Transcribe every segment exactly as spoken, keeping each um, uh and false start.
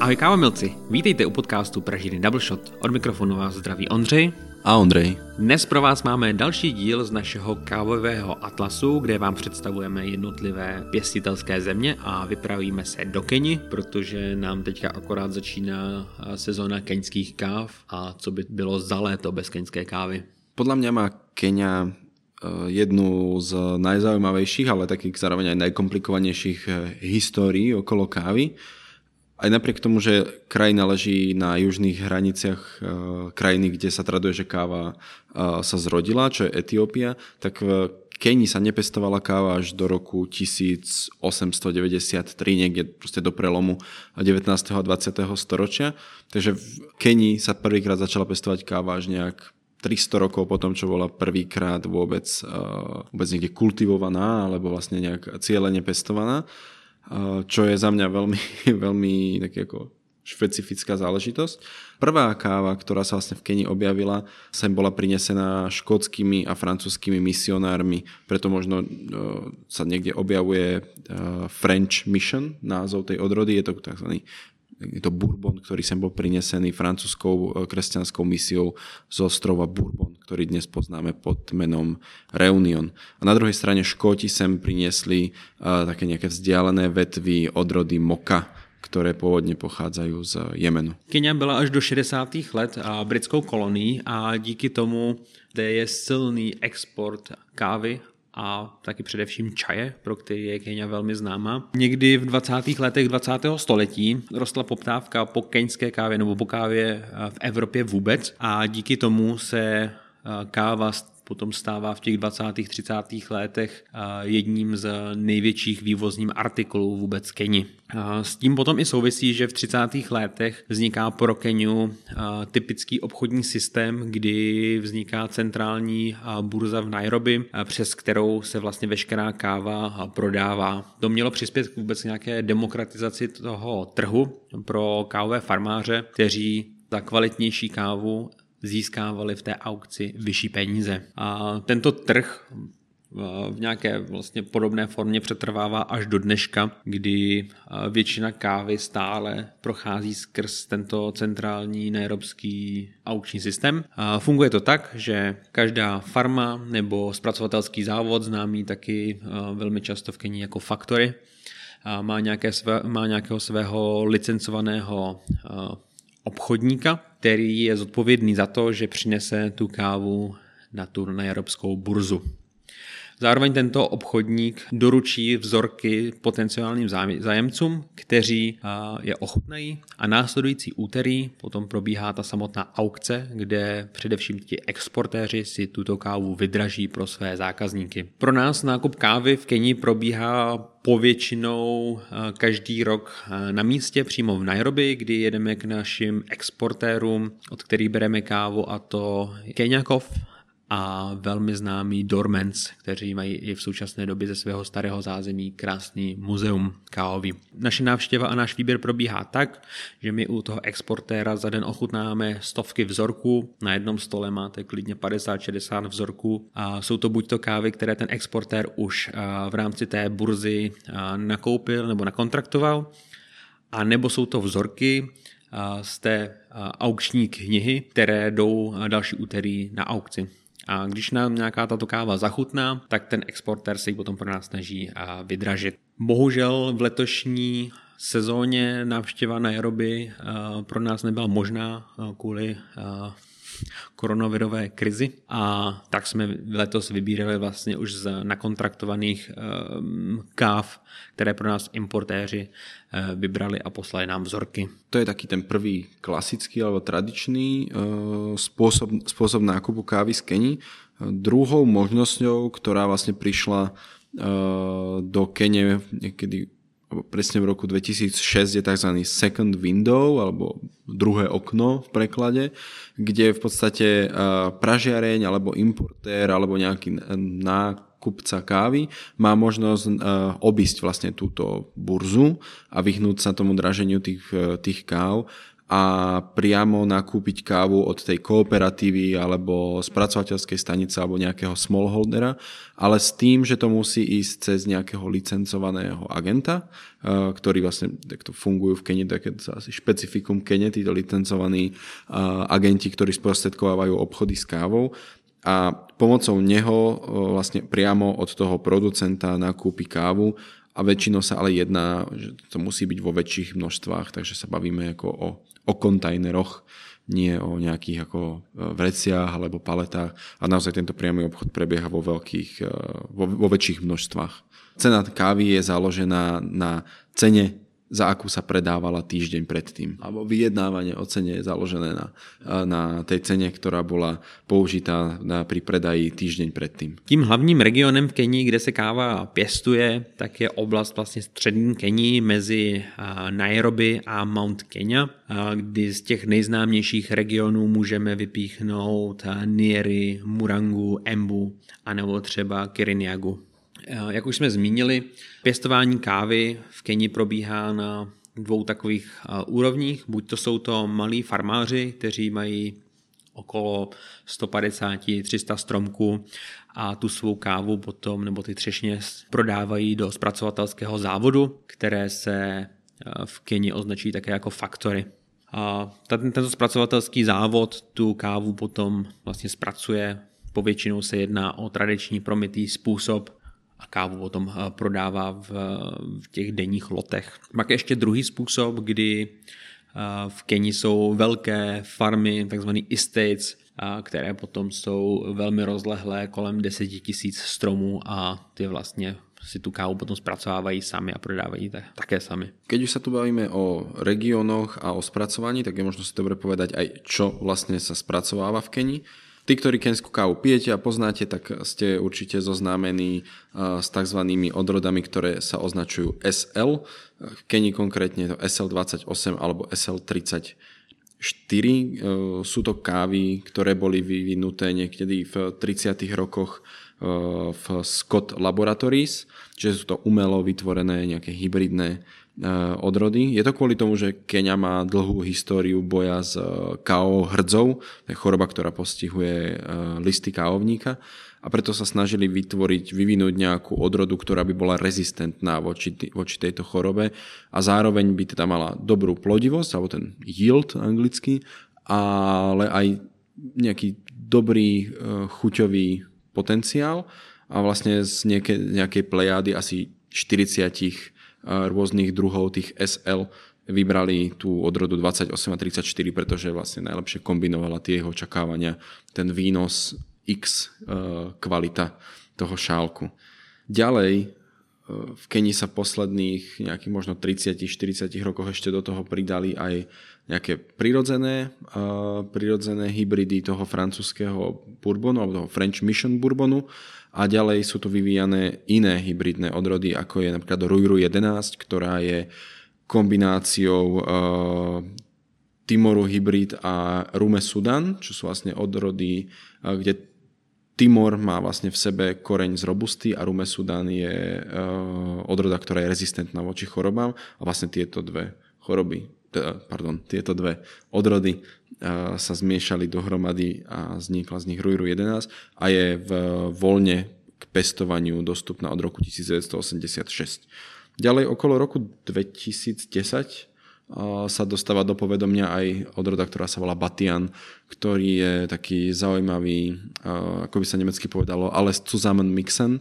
Ahoj kávomilci, vítejte u podcastu Pražírny Double Shot. Od mikrofonu vás zdraví Ondřej a Ondrej. Dnes pro vás máme další díl z našeho kávového atlasu, kde vám představujeme jednotlivé pěstitelské země a vypravíme se do Keni, protože nám teďka akorát začíná sezóna keňských káv a co by bylo za léto bez keňské kávy. Podľa mňa má Keňa jednu z najzaujímavejších, ale takých zároveň aj najkomplikovanejších histórií okolo kávy. Aj napriek tomu, že krajina leží na južných hraniciach krajiny, kde sa traduje, že káva sa zrodila, čo je Etiópia, tak v Keni sa nepestovala káva až do roku tisíc osemsto deväťdesiattri, niekde proste do prelomu devätnásteho a dvadsiateho storočia. Takže v Keni sa prvýkrát začala pestovať káva až nejak tristo rokov potom, čo bola prvýkrát vôbec, vôbec niekde kultivovaná alebo vlastne nejak cieľene pestovaná. Čo je za mňa veľmi, veľmi taký ako špecifická záležitosť. Prvá káva, ktorá sa vlastne v Keni objavila, sem bola prinesená škótskymi a francúzskými misionármi, preto možno sa niekde objavuje French Mission, názov tej odrody, je to takzvaný je to bourbon, ktorý sem bol prinesený francúzskou kresťanskou misiou z ostrova Bourbon, ktorý dnes poznáme pod menom Reunion. A na druhej strane Škóti sem priniesli uh, také nejaké vzdialené vetvy odrody moka, ktoré pôvodne pochádzajú z Jemenu. Kenia byla až do šedesátých let a britskou kolonií a díky tomu zde je silný export kávy a taky především čaje, pro který je Kenia velmi známá. Někdy v dvacátých letech dvacátého století rostla poptávka po keňské kávě nebo po kávě v Evropě vůbec a díky tomu se káva potom stává v těch dvacátých třicátých letech jedním z největších vývozních artiklů vůbec Keni. S tím potom i souvisí, že v třicátých letech vzniká pro Keniu typický obchodní systém, kdy vzniká centrální burza v Nairobi, přes kterou se vlastně veškerá káva prodává. To mělo přispět k vůbec nějaké demokratizaci toho trhu pro kávové farmáře, kteří za kvalitnější kávu získávali v té aukci vyšší peníze. A tento trh v nějaké vlastně podobné formě přetrvává až do dneška, kdy většina kávy stále prochází skrz tento centrální nairobský aukční systém. A funguje to tak, že každá farma nebo zpracovatelský závod, známý taky velmi často v Keni jako factory, má, nějaké své, má nějakého svého licencovaného obchodníka, který je zodpovědný za to, že přinese tu kávu na tu nairobskou burzu. Zároveň tento obchodník doručí vzorky potenciálním zájemcům, kteří je ochutnají a následující úterý potom probíhá ta samotná aukce, kde především ti exportéři si tuto kávu vydraží pro své zákazníky. Pro nás nákup kávy v Keni probíhá povětšinou každý rok na místě přímo v Nairobi, kdy jedeme k našim exportérům, od kterých bereme kávu, a to Kenyakov a velmi známý Dormans, kteří mají i v současné době ze svého starého zázemí krásný muzeum kávový. Naše návštěva a náš výběr probíhá tak, že my u toho exportéra za den ochutnáme stovky vzorků. Na jednom stole máte klidně padesát šedesát vzorků a jsou to buď to kávy, které ten exportér už v rámci té burzy nakoupil nebo nakontraktoval, a nebo jsou to vzorky z té aukční knihy, které jdou další úterý na aukci. A když nám nějaká tato káva zachutná, tak ten exportér se ji potom pro nás snaží vydražit. Bohužel v letošní sezóně návštěva Nairobi pro nás nebyla možná kvůli koronavirové krizi, a tak jsme letos vybírali vlastně už z nakontraktovaných káv, které pro nás importéři vybrali a poslali nám vzorky. To je taký ten prvý klasický alebo tradičný spôsob, spôsob nákupu kávy z Keni. Druhou možnosťou, ktorá vlastne prišla do Kene niekedy presne v roku dvetisícšesť, je tzv. Second window alebo druhé okno v preklade, kde v podstate pražiareň alebo importér alebo nejaký nákupca kávy má možnosť obísť vlastne túto burzu a vyhnúť sa tomu draženiu tých, tých káv a priamo nakúpiť kávu od tej kooperatívy alebo spracovateľskej stanice alebo nejakého smallholdera, ale s tým, že to musí ísť cez nejakého licencovaného agenta, ktorí vlastne takto fungujú v Keni, také asi špecifikum Kene, títo licencovaní agenti, ktorí sprostredkovávajú obchody s kávou a pomocou neho vlastne priamo od toho producenta nakúpi kávu a väčšinou sa ale jedná, že to musí byť vo väčších množstvách, takže sa bavíme ako o o kontajneroch, nie o nejakých ako vreciach alebo paletách a naozaj tento priamy obchod prebieha vo veľkých, vo, vo väčších množstvách. Cena kávy je založená na cene, za akú sa predávala týždeň predtým. Alebo vyjednávanie o cene je založené na, na tej cene, ktorá bola použitá na, pri predaji týždeň predtým. Tím hlavním regionem v Keni, kde se káva pěstuje, tak je oblast vlastně střední Keni mezi Nairobi a Mount Kenya, kdy z těch nejznámějších regionů můžeme vypíchnout Nyeri, Murangu, Embu a nebo třeba Kirinyagu. Jak už jsme zmínili, pěstování kávy v Keni probíhá na dvou takových úrovních. Buď to jsou to malí farmáři, kteří mají okolo sto padesát až tři sta stromků a tu svou kávu potom, nebo ty třešně prodávají do zpracovatelského závodu, které se v Keni označí také jako faktory. A tento zpracovatelský závod tu kávu potom vlastně zpracuje. Povětšinou se jedná o tradiční promytý způsob a kávu potom prodává v, v těch denních lotech. Pak ještě druhý způsob, kdy v Keni jsou velké farmy, takzvané estates, které potom jsou velmi rozlehlé, kolem deset tisíc stromů a ty vlastně si tu kávu potom spracovávají sami a prodávají také sami. Keď už sa tu bavíme o regiónoch a o spracovaní, tak je možno si dobre povedať aj, čo vlastne sa spracováva v Keni. Tí, ktorí kenskú kávu pijete a poznáte, tak ste určite zoznámení s takzvanými odrodami, ktoré sa označujú es el. V Keni konkrétne je to es el dvadsaťosem alebo es el tridsaťštyri. Sú to kávy, ktoré boli vyvinuté niekedy v tridsiatych rokoch v Scott Laboratories, čiže sú to umelo vytvorené nejaké hybridné odrody. Je to kvôli tomu, že Keňa má dlhú históriu boja s káovou hrdzou, to je choroba, ktorá postihuje listy kávovníka a preto sa snažili vytvoriť, vyvinúť nejakú odrodu, ktorá by bola rezistentná voči, voči tejto chorobe a zároveň by teda mala dobrú plodivosť, alebo ten yield anglicky, ale aj nejaký dobrý chuťový potenciál a vlastne z nejakej, nejakej plejády asi štyridsať rôznych druhov tých es el vybrali tú odrodu dvadsaťosem a tridsaťštyri, pretože vlastne najlepšie kombinovala tie jeho očakávania, ten výnos X kvalita toho šálku. Ďalej v Keni sa posledných nejakých možno tridsať štyridsať rokoch ešte do toho pridali aj nejaké prirodzené, prirodzené hybridy toho francúzského bourbonu alebo toho French Mission bourbonu a ďalej sú tu vyvíjané iné hybridné odrody, ako je napríklad Ruiru jedenásť, ktorá je kombináciou uh, Timoru hybrid a Rume Sudan, čo sú vlastne odrody, uh, kde Timor má vlastne v sebe koreň z robusty a Rume Sudan je uh, odroda, ktorá je rezistentná voči chorobám a vlastne tieto dve choroby, pardon, tieto dve odrody sa zmiešali dohromady a vznikla z nich Ruiru jedenásť a je v voľne k pestovaniu dostupná od roku devätnásťstoosemdesiatšesť. Ďalej okolo roku dvetisícdesať sa dostáva do povedomia aj odroda, ktorá sa volá Batian, ktorý je taký zaujímavý, ako by sa nemecky povedalo, alles zusammenmixen,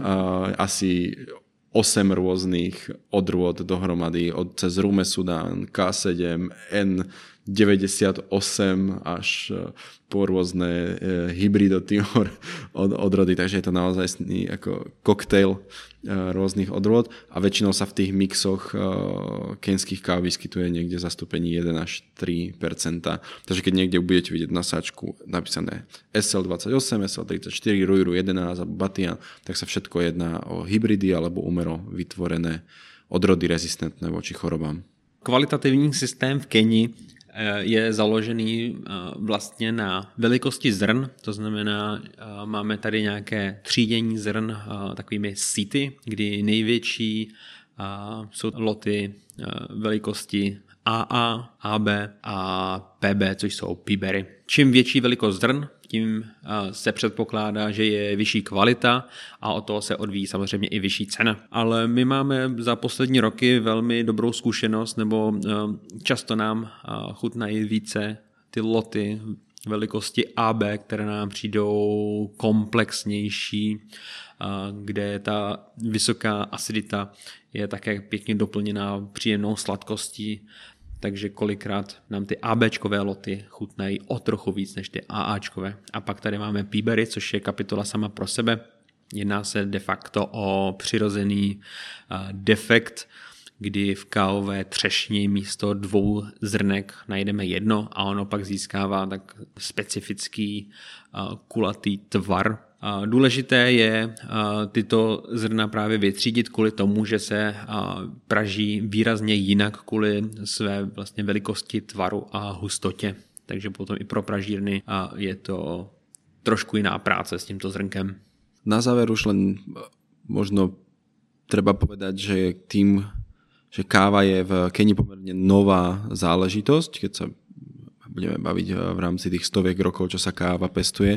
asi osem rôznych odrôd dohromady, od cez Rume Sudan, ká sedem, en deväťdesiatosem až po rôzne hybrido Timor od, odrody, takže je to naozaj ako koktejl rôznych odrôd a väčšinou sa v tých mixoch kenských káv vyskytuje niekde zastúpení jeden až tri percentá. Takže keď niekde budete vidieť na sáčku napísané es el dvadsaťosem, es el tridsaťštyri, Ruiru jedenásť alebo Batian, tak sa všetko jedná o hybridy alebo umelo vytvorené odrody rezistentné voči chorobám. Kvalitativní systém v Keni je založený vlastně na velikosti zrn, to znamená, máme tady nějaké třídění zrn takovými síty, kdy největší jsou loty velikosti á á, á bé a pé bé, což jsou Peaberry. Čím větší velikost zrn, tím se předpokládá, že je vyšší kvalita a od toho se odvíjí samozřejmě i vyšší cena. Ale my máme za poslední roky velmi dobrou zkušenost, nebo často nám chutnají více ty loty velikosti á bé, které nám přijdou komplexnější, kde ta vysoká acidita je také pěkně doplněná příjemnou sladkostí, takže kolikrát nám ty ABčkové loty chutnají o trochu víc než ty AAčkové. A pak tady máme Peaberry, což je kapitola sama pro sebe. Jedná se de facto o přirozený defekt, kdy v kávové třešni místo dvou zrnek najdeme jedno a ono pak získává tak specifický kulatý tvar. Důležité je tyto zrna právě vytřídit kvůli tomu, že se praží výrazně jinak kvůli své vlastně velikosti tvaru a hustotě. Takže potom i pro pražírny je to trošku jiná práce s tímto zrnkem. Na záver už len možno treba povedať, že tým, že káva je v Kenii pomerne nová záležitosť, keď sa budeme baviť v rámci tých stoviek rokov, čo sa káva pestuje,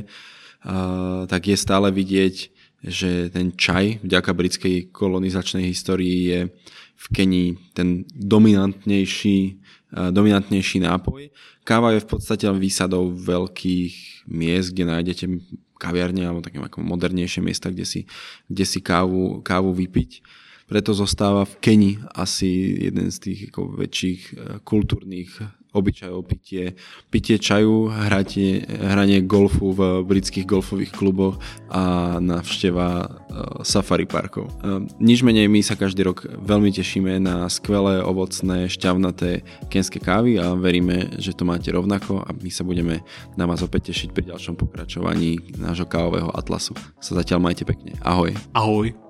Uh, tak je stále vidieť, že ten čaj vďaka britskej kolonizačnej histórii je v Kenii ten dominantnejší, uh, dominantnejší nápoj. Káva je v podstate výsadou veľkých miest, kde nájdete kaviarne alebo také ako modernejšie miesta, kde si, kde si kávu, kávu vypiť. Preto zostáva v Kenii asi jeden z tých ako väčších kultúrnych obyčajov pitie, pitie čaju, hratie, hranie golfu v britských golfových kluboch a návšteva uh, safari parkov. Uh, nič menej, my sa každý rok veľmi tešíme na skvelé, ovocné, šťavnaté kenské kávy a veríme, že to máte rovnako a my sa budeme na vás opäť tešiť pri ďalšom pokračovaní nášho kávového atlasu. Sa zatiaľ majte pekne. Ahoj. Ahoj.